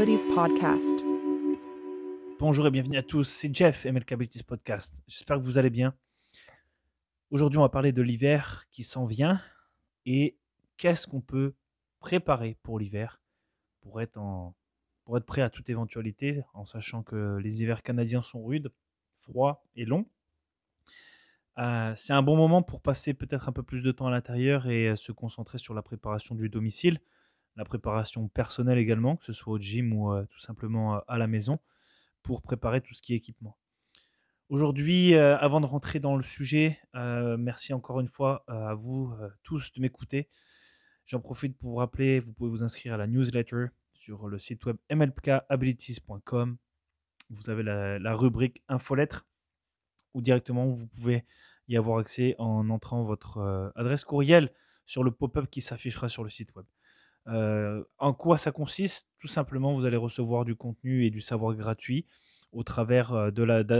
Abilities Podcast. Bonjour et bienvenue à tous, c'est Jeff, MLK Abilities Podcast. J'espère que vous allez bien. Aujourd'hui, on va parler de l'hiver qui s'en vient et qu'est-ce qu'on peut préparer pour l'hiver pour être prêt à toute éventualité, en sachant que les hivers canadiens sont rudes, froids et longs. C'est un bon moment pour passer peut-être un peu plus de temps à l'intérieur et se concentrer sur la préparation du domicile, la préparation personnelle également, que ce soit au gym ou tout simplement à la maison, pour préparer tout ce qui est équipement. Aujourd'hui, avant de rentrer dans le sujet, merci encore une fois à vous tous de m'écouter. J'en profite pour vous rappeler, vous pouvez vous inscrire à la newsletter sur le site web mlkabilities.com. Vous avez la rubrique infolettre ou directement vous pouvez y avoir accès en entrant votre adresse courriel sur le pop-up qui s'affichera sur le site web. En quoi ça consiste? Tout simplement, vous allez recevoir du contenu et du savoir gratuit au travers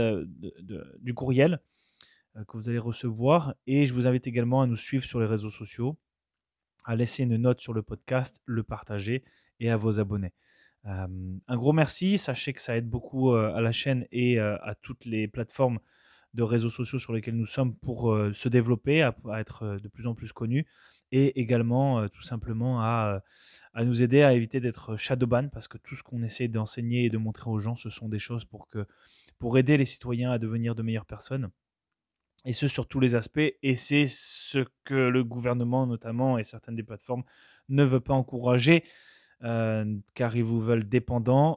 du courriel que vous allez recevoir. Et je vous invite également à nous suivre sur les réseaux sociaux, à laisser une note sur le podcast, le partager et à vos abonnés. Un gros merci. Sachez que ça aide beaucoup à la chaîne et à toutes les plateformes de réseaux sociaux sur lesquels nous sommes pour se développer, à être de plus en plus connus et également tout simplement à nous aider à éviter d'être shadowban parce que tout ce qu'on essaie d'enseigner et de montrer aux gens, ce sont des choses pour aider les citoyens à devenir de meilleures personnes et ce sur tous les aspects, et c'est ce que le gouvernement notamment et certaines des plateformes ne veulent pas encourager car ils vous veulent dépendants,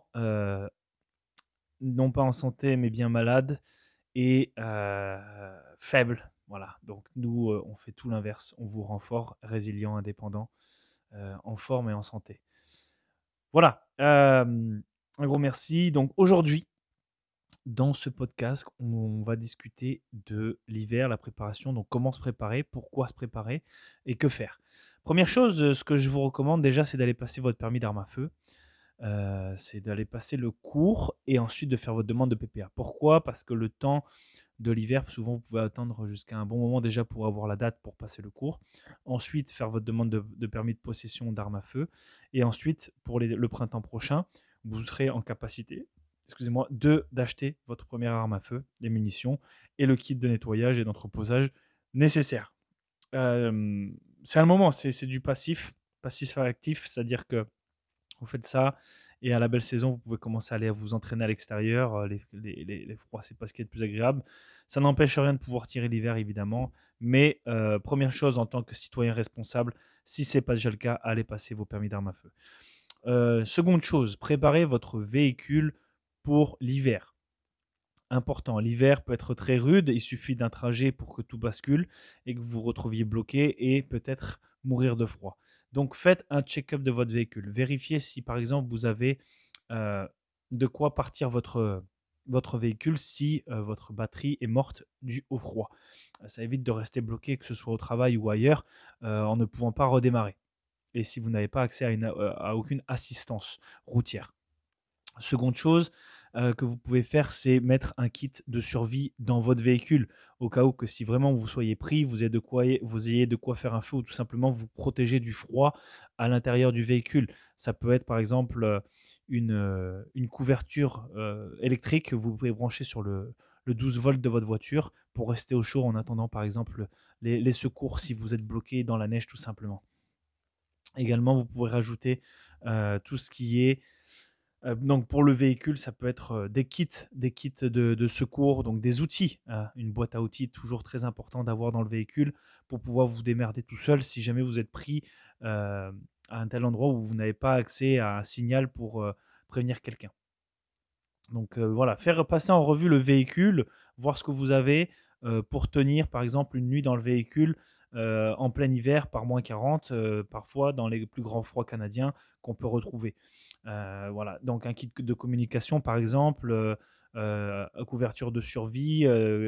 non pas en santé mais bien malades et faible. Voilà, donc nous, on fait tout l'inverse. On vous rend fort, résilient, indépendant, en forme et en santé. Voilà, un gros merci. Donc aujourd'hui, dans ce podcast, on va discuter de l'hiver, la préparation. Donc comment se préparer, pourquoi se préparer et que faire. Première chose, ce que je vous recommande déjà, c'est d'aller passer votre permis d'arme à feu. C'est d'aller passer le cours et ensuite de faire votre demande de PPA. Pourquoi? Parce que le temps de l'hiver, souvent vous pouvez attendre jusqu'à un bon moment déjà pour avoir la date pour passer le cours. Ensuite, faire votre demande de permis de possession d'armes à feu. Et ensuite, pour le printemps prochain, vous serez en capacité, d'acheter votre première arme à feu, les munitions et le kit de nettoyage et d'entreposage nécessaire. C'est un moment, c'est du passif actif, c'est-à-dire que vous faites ça et à la belle saison, vous pouvez commencer à aller vous entraîner à l'extérieur. Les froids, c'est pas ce qui est le plus agréable. Ça n'empêche rien de pouvoir tirer l'hiver, évidemment. Mais première chose, en tant que citoyen responsable, si ce n'est pas déjà le cas, allez passer vos permis d'armes à feu. Seconde chose, préparez votre véhicule pour l'hiver. Important, l'hiver peut être très rude. Il suffit d'un trajet pour que tout bascule et que vous vous retrouviez bloqué et peut-être mourir de froid. Donc faites un check-up de votre véhicule. Vérifiez si par exemple vous avez de quoi partir votre véhicule si votre batterie est morte due au froid. Ça évite de rester bloqué, que ce soit au travail ou ailleurs, en ne pouvant pas redémarrer. Et si vous n'avez pas accès à aucune assistance routière. Seconde chose que vous pouvez faire, c'est mettre un kit de survie dans votre véhicule au cas où que si vraiment vous soyez pris, vous ayez de quoi faire un feu ou tout simplement vous protéger du froid à l'intérieur du véhicule. Ça peut être par exemple une couverture électrique que vous pouvez brancher sur le 12 volts de votre voiture pour rester au chaud en attendant par exemple les secours si vous êtes bloqué dans la neige tout simplement. Également, vous pouvez rajouter tout ce qui est donc pour le véhicule, ça peut être des kits de secours, donc des outils, une boîte à outils, toujours très important d'avoir dans le véhicule pour pouvoir vous démerder tout seul si jamais vous êtes pris à un tel endroit où vous n'avez pas accès à un signal pour prévenir quelqu'un. Donc voilà, faire passer en revue le véhicule, voir ce que vous avez pour tenir par exemple une nuit dans le véhicule en plein hiver par moins 40, parfois dans les plus grands froids canadiens qu'on peut retrouver. Voilà, donc un kit de communication par exemple, couverture de survie,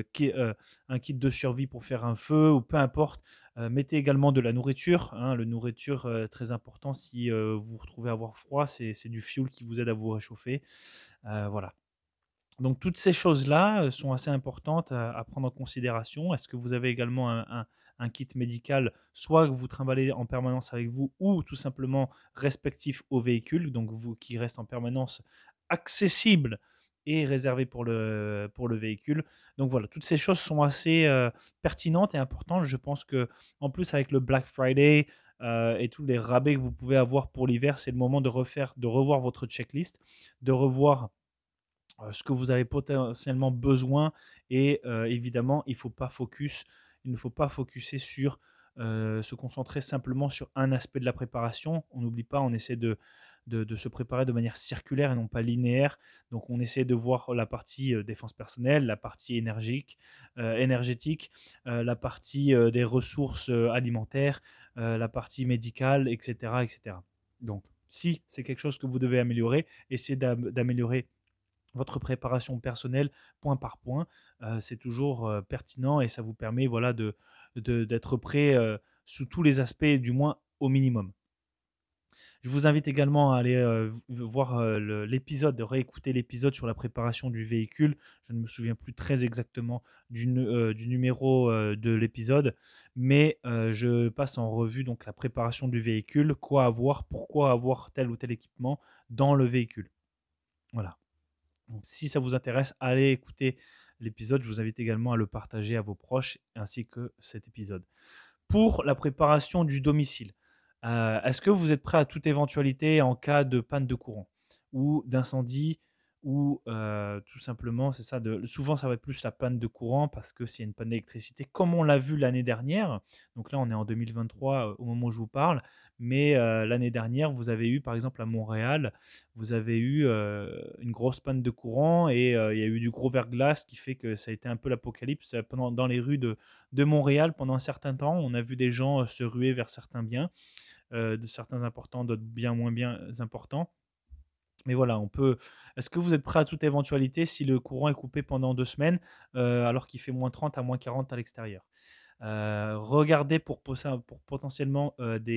un kit de survie pour faire un feu ou peu importe. Mettez également de la nourriture, la nourriture très important si vous vous retrouvez à avoir froid, c'est du fuel qui vous aide à vous réchauffer. Voilà. Donc toutes ces choses-là sont assez importantes à prendre en considération. Est-ce que vous avez également un kit médical, soit que vous trimballez en permanence avec vous, ou tout simplement respectif au véhicule, donc vous qui reste en permanence accessible et réservé pour le véhicule. Donc voilà, toutes ces choses sont assez pertinentes et importantes. Je pense que en plus avec le Black Friday et tous les rabais que vous pouvez avoir pour l'hiver, c'est le moment de revoir votre checklist, de revoir ce que vous avez potentiellement besoin et évidemment, il ne faut pas focuser sur se concentrer simplement sur un aspect de la préparation. On n'oublie pas, on essaie de se préparer de manière circulaire et non pas linéaire. Donc on essaie de voir la partie défense personnelle, la partie énergétique, la partie des ressources alimentaires, la partie médicale, etc., etc. Donc si c'est quelque chose que vous devez améliorer, essayez d'améliorer votre préparation personnelle point par point. C'est toujours pertinent et ça vous permet voilà, d'être prêt sous tous les aspects, du moins au minimum. Je vous invite également à aller voir l'épisode, de réécouter l'épisode sur la préparation du véhicule. Je ne me souviens plus très exactement du numéro de l'épisode, mais je passe en revue donc la préparation du véhicule, quoi avoir, pourquoi avoir tel ou tel équipement dans le véhicule. Voilà. Donc, si ça vous intéresse, allez écouter l'épisode. Je vous invite également à le partager à vos proches ainsi que cet épisode. Pour la préparation du domicile, est-ce que vous êtes prêt à toute éventualité en cas de panne de courant ou d'incendie ou tout simplement, c'est ça, souvent ça va être plus la panne de courant parce que c'est une panne d'électricité comme on l'a vu l'année dernière. Donc là, on est en 2023 au moment où je vous parle, mais l'année dernière, vous avez eu par exemple à Montréal, vous avez eu une grosse panne de courant et il y a eu du gros verglas qui fait que ça a été un peu l'apocalypse dans les rues de Montréal pendant un certain temps. On a vu des gens se ruer vers certains biens, de certains importants, d'autres bien moins bien importants. Mais voilà, on peut. Est-ce que vous êtes prêt à toute éventualité si le courant est coupé pendant 2 semaines, alors qu'il fait -30 à -40 à l'extérieur? Regardez pour potentiellement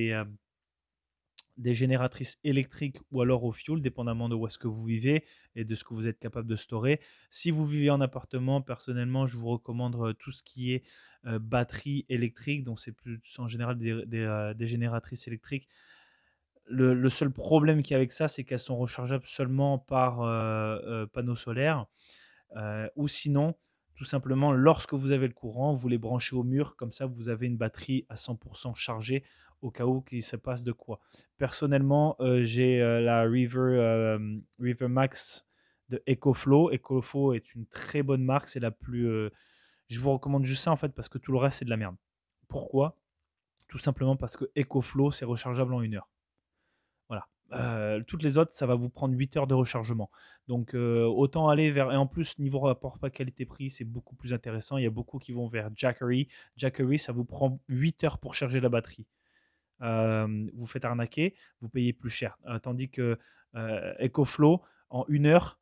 des génératrices électriques ou alors au fioul, dépendamment de où est-ce que vous vivez et de ce que vous êtes capable de stocker. Si vous vivez en appartement, personnellement, je vous recommande tout ce qui est batterie électrique. Donc, c'est plus en général des génératrices électriques. Le seul problème qu'il y a avec ça, c'est qu'elles sont rechargeables seulement par panneaux solaires. Ou sinon, tout simplement, lorsque vous avez le courant, vous les branchez au mur. Comme ça, vous avez une batterie à 100% chargée au cas où il se passe de quoi. Personnellement, j'ai la River Max de EcoFlow. EcoFlow est une très bonne marque. C'est la plus. Je vous recommande juste ça en fait parce que tout le reste, c'est de la merde. Pourquoi? Tout simplement parce que EcoFlow, c'est rechargeable en 1 heure. Voilà. Toutes les autres, ça va vous prendre 8 heures de rechargement. Donc, autant aller vers. Et en plus, niveau rapport pas qualité-prix, c'est beaucoup plus intéressant. Il y a beaucoup qui vont vers Jackery. Jackery, ça vous prend 8 heures pour charger la batterie. Vous faites arnaquer, vous payez plus cher. Tandis que EcoFlow, en 1 heure,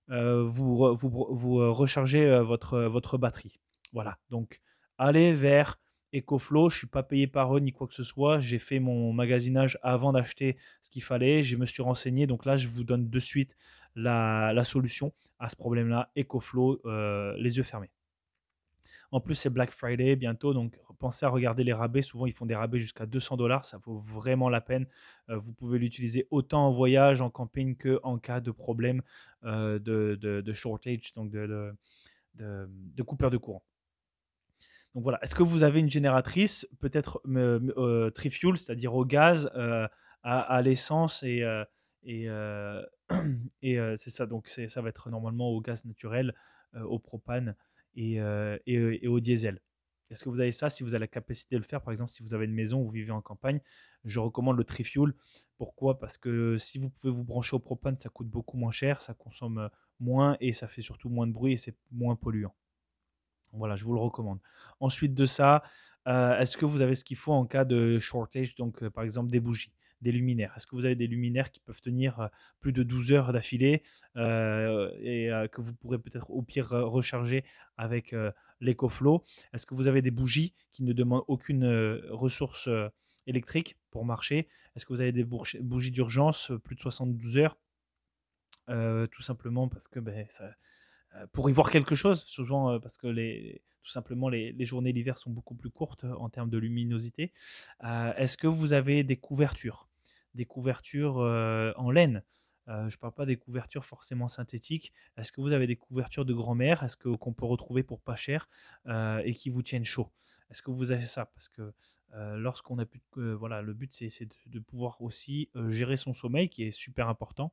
vous rechargez votre batterie. Voilà. Donc, allez vers EcoFlow. Je ne suis pas payé par eux ni quoi que ce soit. J'ai fait mon magasinage avant d'acheter ce qu'il fallait. Je me suis renseigné. Donc là, je vous donne de suite la solution à ce problème-là. EcoFlow, les yeux fermés. En plus, c'est Black Friday bientôt, donc pensez à regarder les rabais. Souvent, ils font des rabais jusqu'à 200 $. Ça vaut vraiment la peine. Vous pouvez l'utiliser autant en voyage, en camping qu'en cas de problème de shortage, donc de coupure de courant. Donc voilà. Est-ce que vous avez une génératrice, peut-être tri-fuel, c'est-à-dire au gaz, à l'essence et, euh, c'est ça. Donc ça va être normalement au gaz naturel, au propane et au diesel. Est-ce que vous avez ça? Si vous avez la capacité de le faire, par exemple, si vous avez une maison ou vous vivez en campagne, je recommande le tri-fuel. Pourquoi? Parce que si vous pouvez vous brancher au propane, ça coûte beaucoup moins cher, ça consomme moins et ça fait surtout moins de bruit et c'est moins polluant. Voilà, je vous le recommande. Ensuite de ça, est-ce que vous avez ce qu'il faut en cas de shortage, donc par exemple des bougies, des luminaires? Est-ce que vous avez des luminaires qui peuvent tenir plus de 12 heures d'affilée et que vous pourrez peut-être au pire recharger avec l'EcoFlow? Est-ce que vous avez des bougies qui ne demandent aucune ressource électrique pour marcher? Est-ce que vous avez des bougies d'urgence plus de 72 heures? Tout simplement parce que ben, pour y voir quelque chose, souvent parce que tout simplement les journées l'hiver sont beaucoup plus courtes en termes de luminosité. Est-ce que vous avez des couvertures en laine? Je ne parle pas des couvertures forcément synthétiques. Est-ce que vous avez des couvertures de grand-mère, qu'on peut retrouver pour pas cher et qui vous tiennent chaud? Est-ce que vous avez ça? Parce que lorsqu'on a plus voilà, le but c'est de pouvoir aussi gérer son sommeil qui est super important.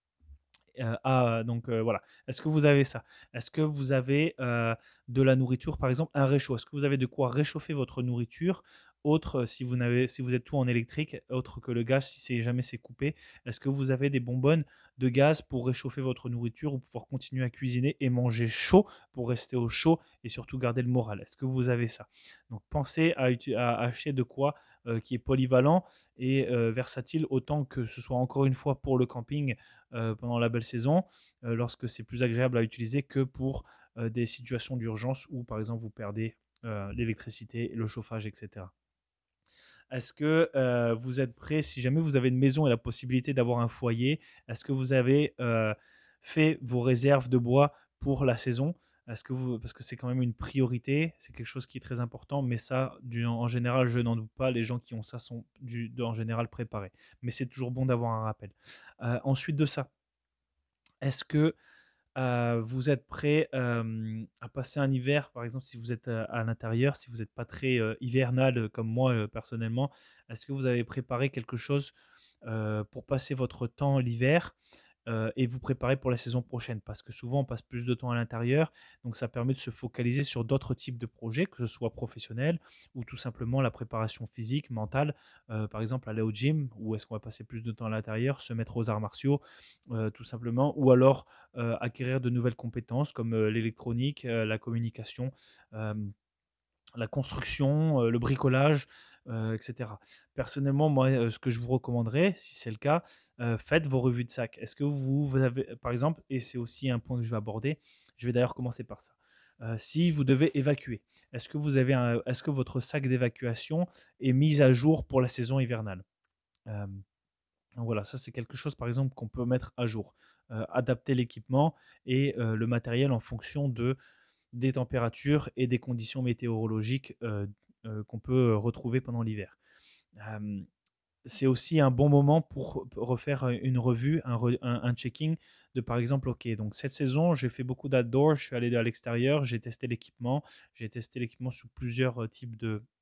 Donc voilà. Est-ce que vous avez ça? Est-ce que vous avez de la nourriture, par exemple, un réchaud? Est-ce que vous avez de quoi réchauffer votre nourriture, autre si vous êtes tout en électrique, autre que le gaz, si jamais c'est coupé? Est-ce que vous avez des bonbonnes de gaz pour réchauffer votre nourriture ou pouvoir continuer à cuisiner et manger chaud pour rester au chaud et surtout garder le moral? Est-ce que vous avez ça? Donc pensez à acheter de quoi qui est polyvalent et versatile, autant que ce soit encore une fois pour le camping pendant la belle saison, lorsque c'est plus agréable à utiliser que pour des situations d'urgence où, par exemple, vous perdez l'électricité, le chauffage, etc. Est-ce que vous êtes prêt, si jamais vous avez une maison et la possibilité d'avoir un foyer, est-ce que vous avez fait vos réserves de bois pour la saison? Parce que c'est quand même une priorité, c'est quelque chose qui est très important, mais ça, en général, je n'en doute pas, les gens qui ont ça sont en général préparés. Mais c'est toujours bon d'avoir un rappel. Ensuite de ça, est-ce que vous êtes prêt à passer un hiver, par exemple, si vous êtes à l'intérieur, si vous n'êtes pas très hivernal comme moi personnellement, est-ce que vous avez préparé quelque chose pour passer votre temps l'hiver et vous préparer pour la saison prochaine? Parce que souvent, on passe plus de temps à l'intérieur, donc ça permet de se focaliser sur d'autres types de projets, que ce soit professionnel ou tout simplement la préparation physique, mentale. Par exemple, aller au gym, ou est-ce qu'on va passer plus de temps à l'intérieur, se mettre aux arts martiaux, tout simplement, ou alors acquérir de nouvelles compétences comme l'électronique, la communication, euh, la construction, le bricolage, etc. Personnellement, moi, ce que je vous recommanderais, si c'est le cas, faites vos revues de sac. Est-ce que vous avez, par exemple, et c'est aussi un point que je vais aborder, je vais d'ailleurs commencer par ça. Si vous devez évacuer, est-ce que votre sac d'évacuation est mis à jour pour la saison hivernale? Euh, voilà, ça c'est quelque chose par exemple qu'on peut mettre à jour. Adapter l'équipement et le matériel en fonction des températures et des conditions météorologiques qu'on peut retrouver pendant l'hiver. Euh, c'est aussi un bon moment pour refaire une revue, un checking de par exemple, ok, donc cette saison, j'ai fait beaucoup d'outdoor, je suis allé à l'extérieur, j'ai testé l'équipement sous plusieurs types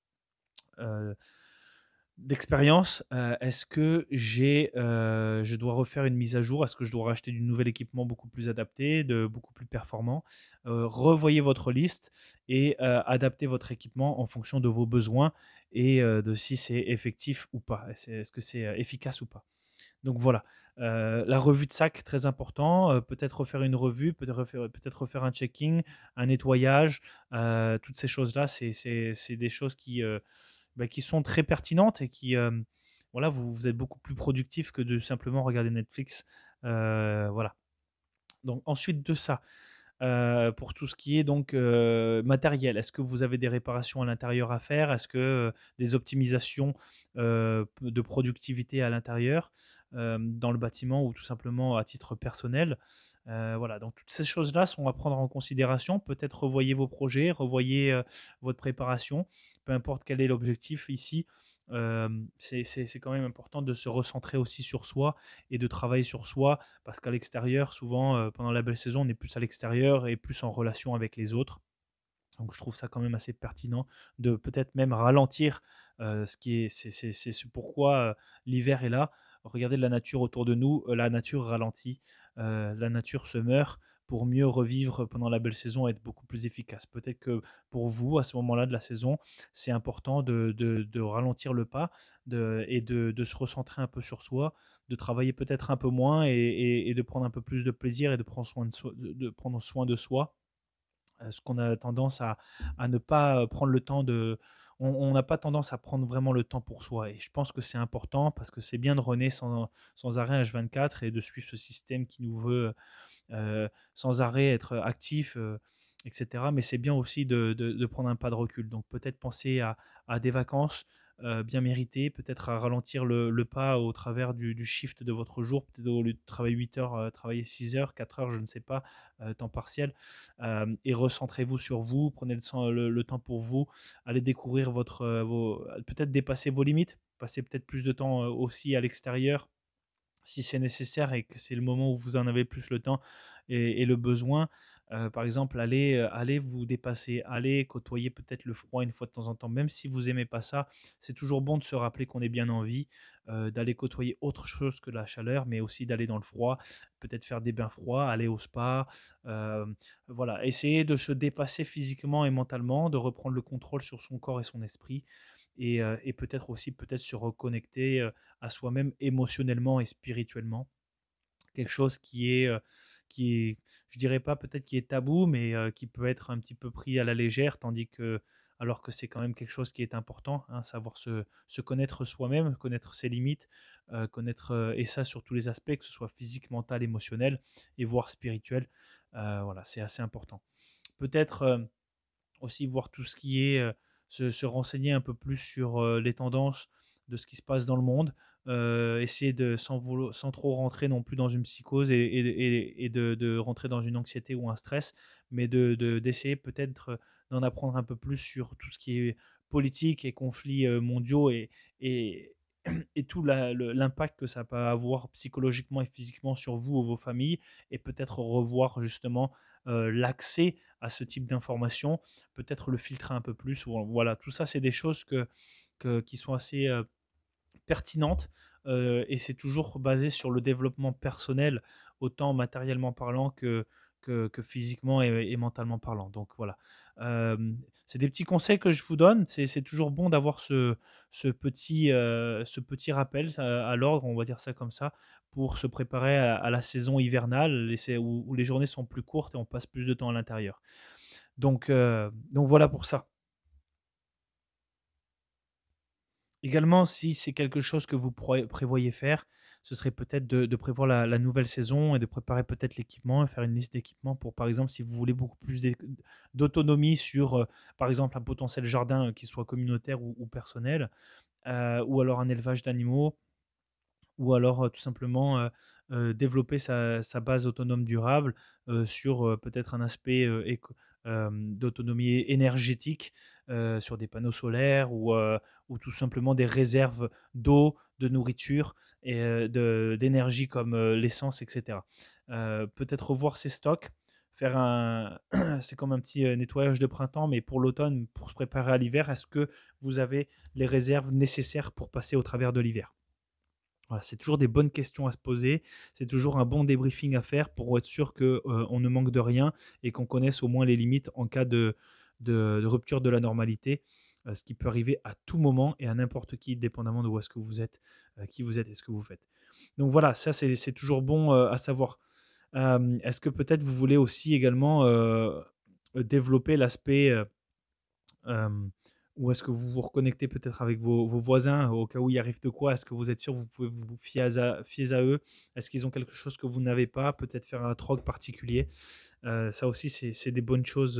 euh, d'expérience. Est-ce que je dois refaire une mise à jour? Est-ce que je dois racheter du nouvel équipement beaucoup plus adapté, beaucoup plus performant? Revoyez votre liste et adaptez votre équipement en fonction de vos besoins et de si c'est effectif ou pas. Est-ce que c'est efficace ou pas? Donc voilà, la revue de sac, très important. Peut-être refaire une revue, peut-être refaire un checking, un nettoyage. Toutes ces choses-là, c'est des choses qui sont très pertinentes et qui, voilà, vous êtes beaucoup plus productif que de simplement regarder Netflix. Voilà. Donc ensuite de ça, pour tout ce qui est donc matériel, est-ce que vous avez des réparations à l'intérieur à faire? Est-ce que des optimisations de productivité à l'intérieur dans le bâtiment ou tout simplement à titre personnel? Voilà, donc toutes ces choses-là sont à prendre en considération. Peut-être revoyez vos projets, revoyez votre préparation, peu importe quel est l'objectif ici. C'est quand même important de se recentrer aussi sur soi et de travailler sur soi parce qu'à l'extérieur, souvent, pendant la belle saison, on est plus à l'extérieur et plus en relation avec les autres. Donc je trouve ça quand même assez pertinent de peut-être même ralentir ce qui est, c'est ce pourquoi l'hiver est là. Regardez la nature autour de nous, la nature ralentit, la nature se meurt pour mieux revivre pendant la belle saison et être beaucoup plus efficace. Peut-être que pour vous, à ce moment-là de la saison, c'est important de ralentir le pas et de se recentrer un peu sur soi, de travailler peut-être un peu moins et de prendre un peu plus de plaisir et de prendre soin de prendre soin de soi, ce qu'on a tendance à ne pas prendre le temps de... On n'a pas tendance à prendre vraiment le temps pour soi. Et je pense que c'est important parce que c'est bien de runner sans arrêt H24 et de suivre ce système qui nous veut sans arrêt être actif, etc. Mais c'est bien aussi de prendre un pas de recul. Donc peut-être penser à des vacances bien mérité, peut-être à ralentir le pas au travers du shift de votre jour, peut-être au lieu de travailler 8 heures, travailler 6 heures, 4 heures, je ne sais pas, temps partiel, et recentrez-vous sur vous, prenez le temps pour vous, allez découvrir peut-être dépasser vos limites, passer peut-être plus de temps aussi à l'extérieur si c'est nécessaire et que c'est le moment où vous en avez plus le temps et le besoin. Par exemple, allez vous dépasser, allez côtoyer peut-être le froid une fois de temps en temps, même si vous aimez pas ça. C'est toujours bon de se rappeler qu'on est bien en vie, d'aller côtoyer autre chose que la chaleur, mais aussi d'aller dans le froid, peut-être faire des bains froids, aller au spa. euh, voilà, essayer de se dépasser physiquement et mentalement, de reprendre le contrôle sur son corps et son esprit et peut-être aussi peut-être se reconnecter à soi-même émotionnellement et spirituellement. Quelque chose je dirais pas peut-être qui est tabou, mais qui peut être un petit peu pris à la légère, alors que c'est quand même quelque chose qui est important, hein, savoir se connaître soi-même, connaître ses limites, et ça sur tous les aspects, que ce soit physique, mental, émotionnel, et voire spirituel. Voilà, c'est assez important. Peut-être aussi voir tout ce qui est se renseigner un peu plus sur les tendances de ce qui se passe dans le monde, essayer sans trop rentrer non plus dans une psychose et de rentrer dans une anxiété ou un stress, mais d'essayer peut-être d'en apprendre un peu plus sur tout ce qui est politique et conflits mondiaux et, et tout l'impact que ça peut avoir psychologiquement et physiquement sur vous ou vos familles, et peut-être revoir justement l'accès à ce type d'informations, peut-être le filtrer un peu plus. Voilà, tout ça, c'est des choses qui sont assez pertinentes et c'est toujours basé sur le développement personnel, autant matériellement parlant que physiquement et mentalement parlant. Donc voilà. Euh, c'est des petits conseils que je vous donne. C'est toujours bon d'avoir ce petit rappel à l'ordre, on va dire ça comme ça, pour se préparer à la saison hivernale où les journées sont plus courtes et on passe plus de temps à l'intérieur. Donc voilà pour ça. Également, si c'est quelque chose que vous prévoyez faire, ce serait peut-être de prévoir la nouvelle saison et de préparer peut-être l'équipement et faire une liste d'équipements pour, par exemple, si vous voulez beaucoup plus d'autonomie sur, par exemple, un potentiel jardin qui soit communautaire ou personnel, ou alors un élevage d'animaux, ou alors tout simplement développer sa base autonome durable sur peut-être un aspect d'autonomie énergétique sur des panneaux solaires ou tout simplement des réserves d'eau, de nourriture et d'énergie comme l'essence, etc. Peut-être revoir ses stocks, c'est comme un petit nettoyage de printemps, mais pour l'automne, pour se préparer à l'hiver, est-ce que vous avez les réserves nécessaires pour passer au travers de l'hiver? Voilà, c'est toujours des bonnes questions à se poser. C'est toujours un bon débriefing à faire pour être sûr que on ne manque de rien et qu'on connaisse au moins les limites en cas de rupture de la normalité, ce qui peut arriver à tout moment et à n'importe qui, dépendamment de où est-ce que vous êtes, qui vous êtes et ce que vous faites. Donc voilà, ça c'est toujours bon à savoir. Est-ce que peut-être vous voulez aussi également développer l'aspect euh, ou est-ce que vous vous reconnectez peut-être avec vos voisins au cas où il arrive de quoi? Est-ce que vous êtes sûr que vous pouvez vous fier à eux? Est-ce qu'ils ont quelque chose que vous n'avez pas? Peut-être faire un troc particulier. Ça aussi, c'est des bonnes choses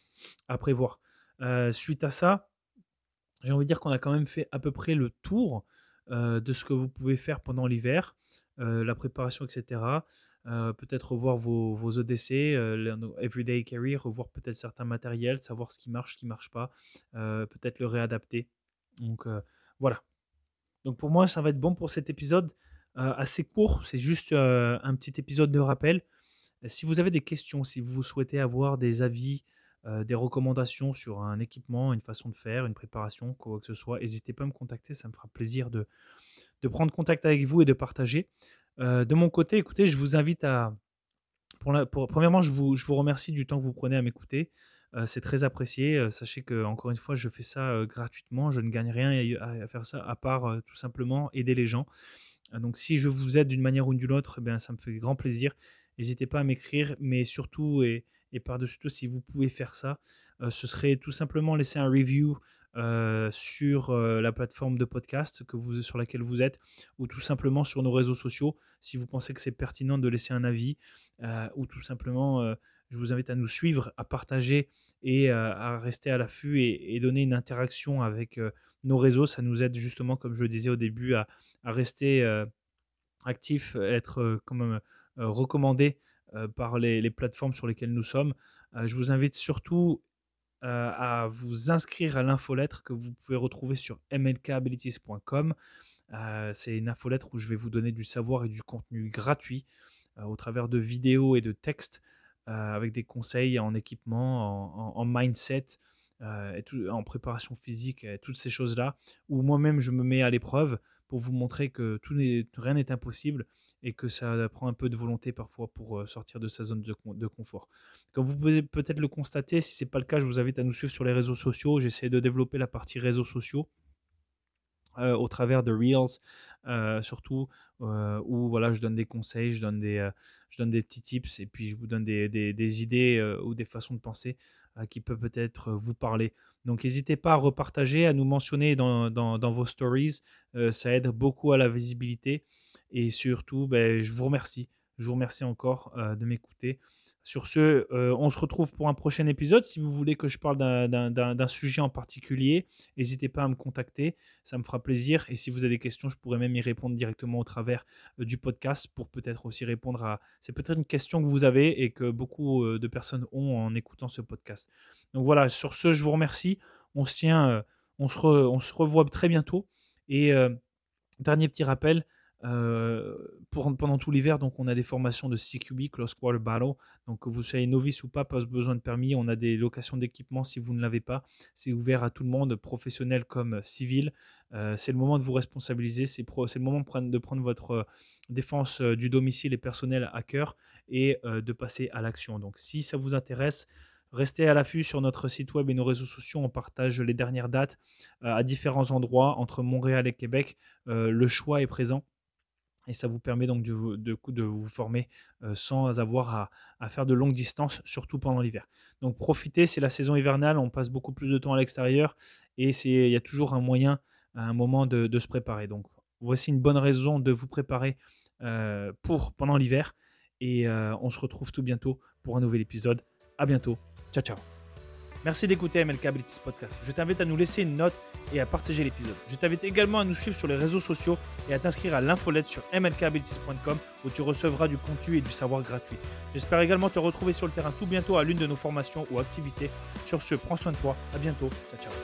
à prévoir. Suite à ça, j'ai envie de dire qu'on a quand même fait à peu près le tour de ce que vous pouvez faire pendant l'hiver, la préparation, etc. Peut-être revoir vos EDC, Everyday Carry, revoir peut-être certains matériels, savoir ce qui marche pas, peut-être le réadapter. Donc voilà. Donc pour moi, ça va être bon pour cet épisode assez court. C'est juste un petit épisode de rappel. Si vous avez des questions, si vous souhaitez avoir des avis, des recommandations sur un équipement, une façon de faire, une préparation, quoi que ce soit, n'hésitez pas à me contacter, ça me fera plaisir de prendre contact avec vous et de partager. De mon côté, écoutez, je vous invite premièrement, je vous remercie du temps que vous prenez à m'écouter. C'est très apprécié. Sachez que, encore une fois, je fais ça gratuitement. Je ne gagne rien à faire ça à part tout simplement aider les gens. Donc si je vous aide d'une manière ou d'une autre, eh bien, ça me fait grand plaisir. N'hésitez pas à m'écrire, mais surtout et par-dessus tout, si vous pouvez faire ça, ce serait tout simplement laisser un review sur la plateforme de podcast sur laquelle vous êtes, ou tout simplement sur nos réseaux sociaux, si vous pensez que c'est pertinent de laisser un avis, ou tout simplement, je vous invite à nous suivre, à partager et à rester à l'affût et donner une interaction avec nos réseaux. Ça nous aide justement, comme je le disais au début, à rester actif, être quand même recommandé par les plateformes sur lesquelles nous sommes. Je vous invite surtout à vous inscrire à l'infolettre que vous pouvez retrouver sur mlkabilities.com. C'est une infolettre où je vais vous donner du savoir et du contenu gratuit au travers de vidéos et de textes avec des conseils en équipement, en mindset, et en préparation physique, et toutes ces choses-là, où moi-même je me mets à l'épreuve pour vous montrer que rien n'est impossible et que ça prend un peu de volonté parfois pour sortir de sa zone de confort. Comme vous pouvez peut-être le constater, si ce n'est pas le cas, je vous invite à nous suivre sur les réseaux sociaux. J'essaie de développer la partie réseaux sociaux au travers de Reels, surtout, où voilà, je donne des conseils, je donne des petits tips et puis je vous donne des idées ou des façons de penser qui peuvent peut-être vous parler. Donc n'hésitez pas à repartager, à nous mentionner dans vos stories. Ça aide beaucoup à la visibilité et surtout, je vous remercie. Je vous remercie encore de m'écouter. Sur ce, on se retrouve pour un prochain épisode. Si vous voulez que je parle d'un sujet en particulier, n'hésitez pas à me contacter. Ça me fera plaisir. Et si vous avez des questions, je pourrais même y répondre directement au travers du podcast pour peut-être aussi répondre à... C'est peut-être une question que vous avez et que beaucoup de personnes ont en écoutant ce podcast. Donc voilà, sur ce, je vous remercie. On se revoit très bientôt. Et dernier petit rappel, pendant tout l'hiver, donc on a des formations de CQB, Close Quarter Battle. Donc que vous soyez novice ou pas besoin de permis, on a des locations d'équipement si vous ne l'avez pas. C'est ouvert à tout le monde, professionnel comme civil. C'est le moment de vous responsabiliser, c'est le moment de prendre votre défense du domicile et personnel à cœur et de passer à l'action. Donc si ça vous intéresse, restez à l'affût sur notre site web et nos réseaux sociaux. On partage les dernières dates à différents endroits entre Montréal et Québec. Le choix est présent. Et ça vous permet donc de vous former sans avoir à faire de longues distances, surtout pendant l'hiver. Donc profitez, c'est la saison hivernale, on passe beaucoup plus de temps à l'extérieur et il y a toujours un moyen, un moment de se préparer. Donc voici une bonne raison de vous préparer pendant l'hiver et on se retrouve tout bientôt pour un nouvel épisode. À bientôt, ciao ciao. Merci d'écouter MLK Abilities Podcast. Je t'invite à nous laisser une note et à partager l'épisode. Je t'invite également à nous suivre sur les réseaux sociaux et à t'inscrire à l'infolette sur mlkabilities.com où tu recevras du contenu et du savoir gratuit. J'espère également te retrouver sur le terrain tout bientôt à l'une de nos formations ou activités. Sur ce, prends soin de toi. À bientôt. Ciao, ciao.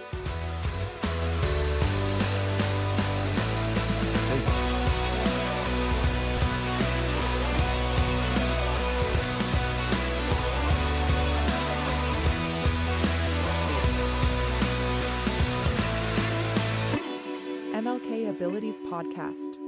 MLK Abilities Podcast.